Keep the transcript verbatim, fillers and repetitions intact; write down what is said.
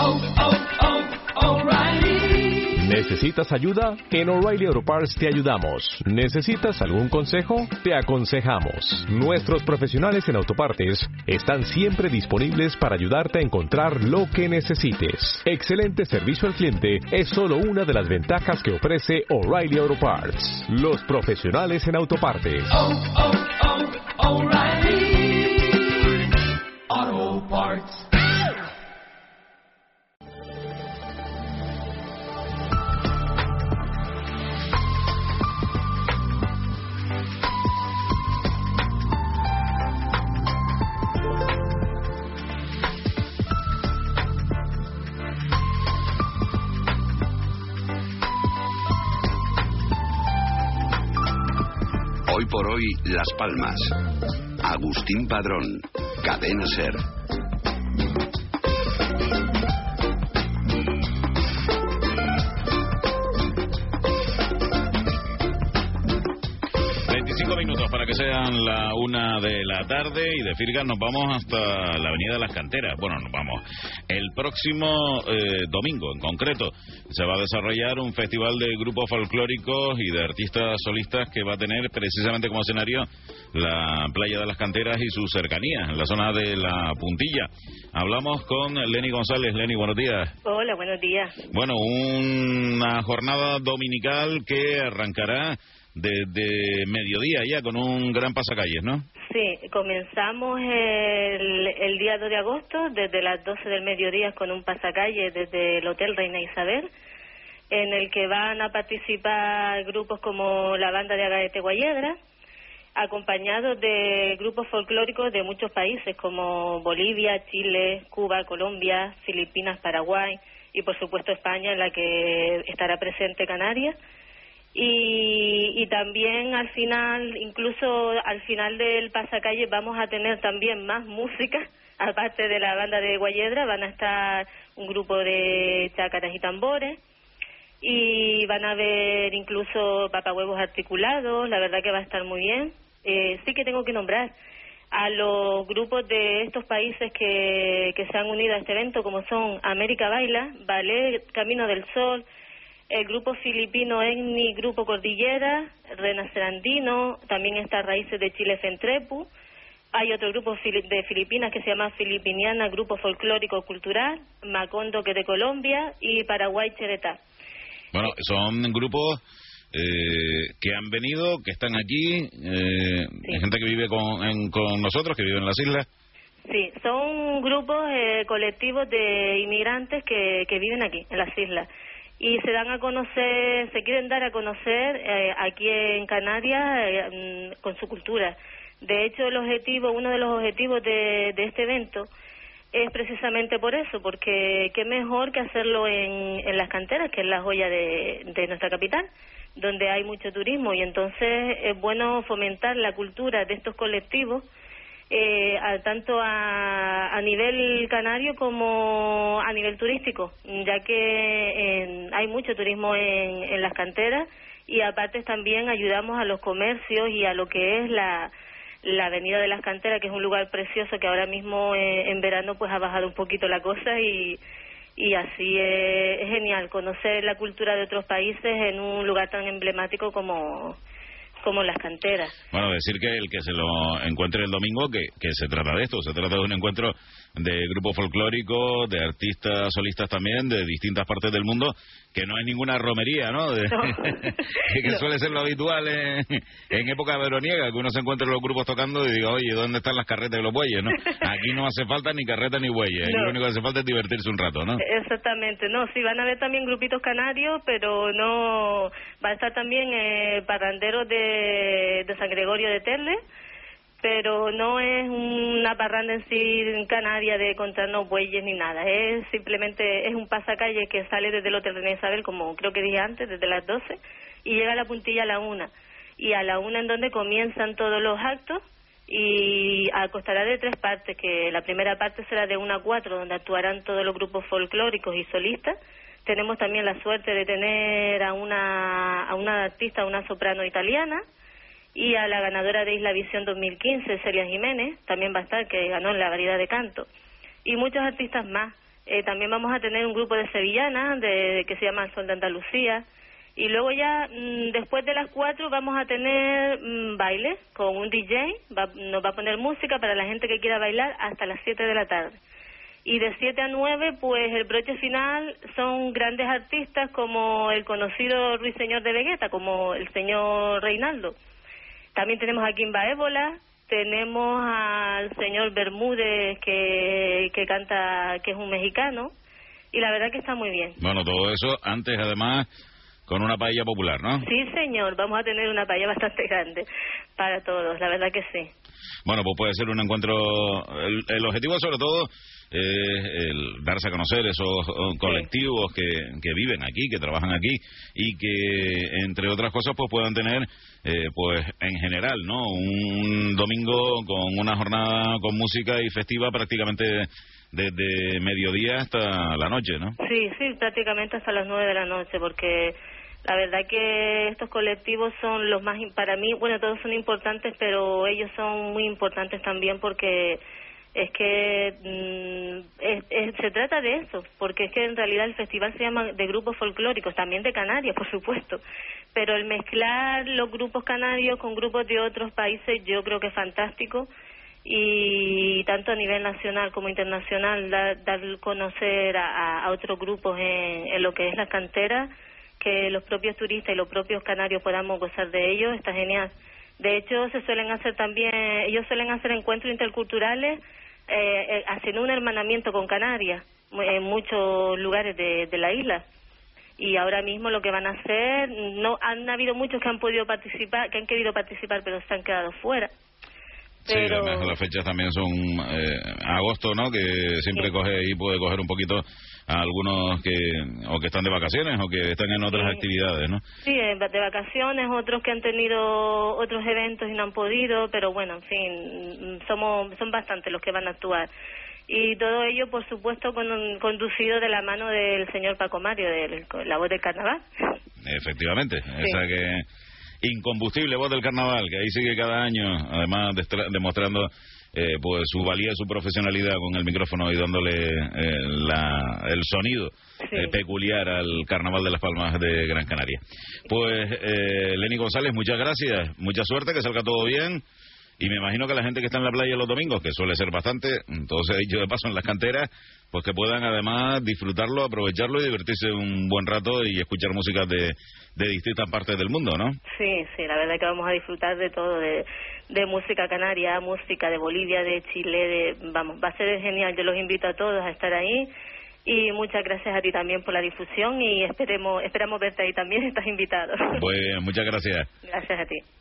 ¿Necesitas ayuda? En O'Reilly Auto Parts te ayudamos. ¿Necesitas algún consejo? Te aconsejamos. Nuestros profesionales en autopartes están siempre disponibles para ayudarte a encontrar lo que necesites. Excelente servicio al cliente es solo una de las ventajas que ofrece O'Reilly Auto Parts. Los profesionales en autopartes. Oh, oh, oh, O'Reilly Auto Parts. Hoy por hoy, Las Palmas. Agustín Padrón, Cadena SER. veinticinco minutos para que sean la una de la tarde y de Firgas nos vamos hasta la Avenida de las Canteras. Bueno, nos vamos. El próximo eh, domingo, en concreto, se va a desarrollar un festival de grupos folclóricos y de artistas solistas que va a tener precisamente como escenario la playa de las Canteras y sus cercanías, en la zona de La Puntilla. Hablamos con Lenny González. Lenny, buenos días. Hola, buenos días. Bueno, una jornada dominical que arrancará desde mediodía ya con un gran pasacalles, ¿no? Sí, comenzamos el, el día dos de agosto desde las doce del mediodía con un pasacalles desde el Hotel Reina Isabel, en el que van a participar grupos como la banda de Agaete Guayedra, acompañados de grupos folclóricos de muchos países como Bolivia, Chile, Cuba, Colombia, Filipinas, Paraguay y por supuesto España, en la que estará presente Canarias. Y, y también al final, incluso al final del pasacalle, vamos a tener también más música, aparte de la banda de Guayedra, van a estar un grupo de chácaras y tambores, y van a haber incluso papahuevos articulados, la verdad que va a estar muy bien. Eh, sí que tengo que nombrar a los grupos de estos países que, que se han unido a este evento, como son América Baila, Ballet Camino del Sol, el grupo filipino ETNI, Grupo Cordillera, Renacer Andino, también está Raíces de Chile Fentrepu, hay otro grupo de Filipinas que se llama Filipiniana, Grupo Folclórico Cultural, Macondo, que de Colombia, y Paraguay Cheretá. Bueno, son grupos eh, que han venido, que están aquí, eh, sí. Hay gente que vive con, en, con nosotros, que vive en las islas. Sí, son grupos eh, colectivos de inmigrantes que, que viven aquí, en las islas. Y se dan a conocer, se quieren dar a conocer eh, aquí en Canarias eh, con su cultura. De hecho, el objetivo, uno de los objetivos de, de este evento es precisamente por eso, porque qué mejor que hacerlo en, en las canteras, que es la joya de, de nuestra capital, donde hay mucho turismo, y entonces es bueno fomentar la cultura de estos colectivos, Eh, a, tanto a, a nivel canario como a nivel turístico, ya que en, hay mucho turismo en, en las canteras, y aparte también ayudamos a los comercios y a lo que es la, la avenida de las Canteras, que es un lugar precioso que ahora mismo eh, en verano pues ha bajado un poquito la cosa, y, y así eh, es genial conocer la cultura de otros países en un lugar tan emblemático como como las canteras. Bueno, decir que el que se lo encuentre el domingo, que, que se trata de esto, se trata de un encuentro de grupos folclóricos, de artistas solistas también, de distintas partes del mundo, que no es ninguna romería, ¿no? De, no. que no. Suele ser lo habitual en, en época veraniega, que uno se encuentre los grupos tocando y diga, oye, ¿dónde están las carretas y los bueyes, no? Aquí no hace falta ni carreta ni bueyes, no. Lo único que hace falta es divertirse un rato, ¿no? Exactamente, no, sí van a haber también grupitos canarios, pero no, va a estar también eh, parranderos de, de San Gregorio de Terle, pero no es una parranda en sí en Canarias de encontrarnos bueyes ni nada, es simplemente es un pasacalle que sale desde el Hotel Reina Isabel, como creo que dije antes, desde las doce, y llega a La Puntilla a la una, y a la una en donde comienzan todos los actos, y constará de tres partes, que la primera parte será de una a cuatro, donde actuarán todos los grupos folclóricos y solistas. Tenemos también la suerte de tener a una, a una artista, una soprano italiana, y a la ganadora de Isla Visión dos mil quince, Celia Jiménez, también va a estar, que ganó en la variedad de canto, y muchos artistas más. Eh, también vamos a tener un grupo de sevillanas de, que se llama El Sol de Andalucía. Y luego ya, mmm, después de las cuatro, vamos a tener mmm, baile con un D J. Va, nos va a poner música para la gente que quiera bailar hasta las siete de la tarde. Y de siete a nueve, pues el broche final son grandes artistas como el conocido Ruiseñor de Vegueta, como el señor Reinaldo. También tenemos a Kimba Ébola, tenemos al señor Bermúdez, que, que canta, que es un mexicano, y la verdad que está muy bien. Bueno, todo eso antes, además, con una paella popular, ¿no? Sí, señor, vamos a tener una paella bastante grande para todos, la verdad que sí. Bueno, pues puede ser un encuentro, el, el objetivo sobre todo es eh, el darse a conocer esos colectivos sí. que, que viven aquí, que trabajan aquí y que, entre otras cosas, pues puedan tener, eh, pues en general, ¿no? Un domingo con una jornada con música y festiva prácticamente desde mediodía hasta la noche, ¿no? Sí, sí, prácticamente hasta las nueve de la noche, porque la verdad que estos colectivos son los más, para mí, bueno, todos son importantes, pero ellos son muy importantes también porque es que mmm, es, es, se trata de eso, porque es que en realidad el festival se llama de grupos folclóricos, también de Canarias, por supuesto, pero el mezclar los grupos canarios con grupos de otros países yo creo que es fantástico, y tanto a nivel nacional como internacional dar, dar conocer a, a otros grupos en, en lo que es las canteras, que los propios turistas y los propios canarios podamos gozar de ellos, está genial. De hecho, se suelen hacer también, ellos suelen hacer encuentros interculturales eh, eh, haciendo un hermanamiento con Canarias en muchos lugares de, de la isla. Y ahora mismo lo que van a hacer, no han habido muchos que han podido participar, que han querido participar, pero se han quedado fuera. Pero... Sí, además las fechas también son eh, agosto, ¿no? Que siempre sí. coge y puede coger un poquito a algunos que o que están de vacaciones o que están en otras sí. actividades, ¿no? Sí, de vacaciones, otros que han tenido otros eventos y no han podido, pero bueno, en fin, somos son bastantes los que van a actuar. Y todo ello, por supuesto, con, conducido de la mano del señor Paco Mario, de la voz del carnaval. Efectivamente, sí. esa que... incombustible voz del carnaval, que ahí sigue cada año, además de demostrando eh, pues su valía, su profesionalidad con el micrófono y dándole eh, la, el sonido sí. eh, peculiar al Carnaval de las Palmas de Gran Canaria. Pues eh, Lenny González, muchas gracias, mucha suerte, que salga todo bien. Y me imagino que la gente que está en la playa los domingos, que suele ser bastante, entonces dicho de paso en las canteras, pues que puedan además disfrutarlo, aprovecharlo y divertirse un buen rato y escuchar música de, de distintas partes del mundo, ¿no? Sí, sí, la verdad que vamos a disfrutar de todo, de, de música canaria, música de Bolivia, de Chile, de vamos, va a ser genial. Yo los invito a todos a estar ahí y muchas gracias a ti también por la difusión y esperemos, esperamos verte ahí también, estás invitado. Pues muchas gracias. Gracias a ti.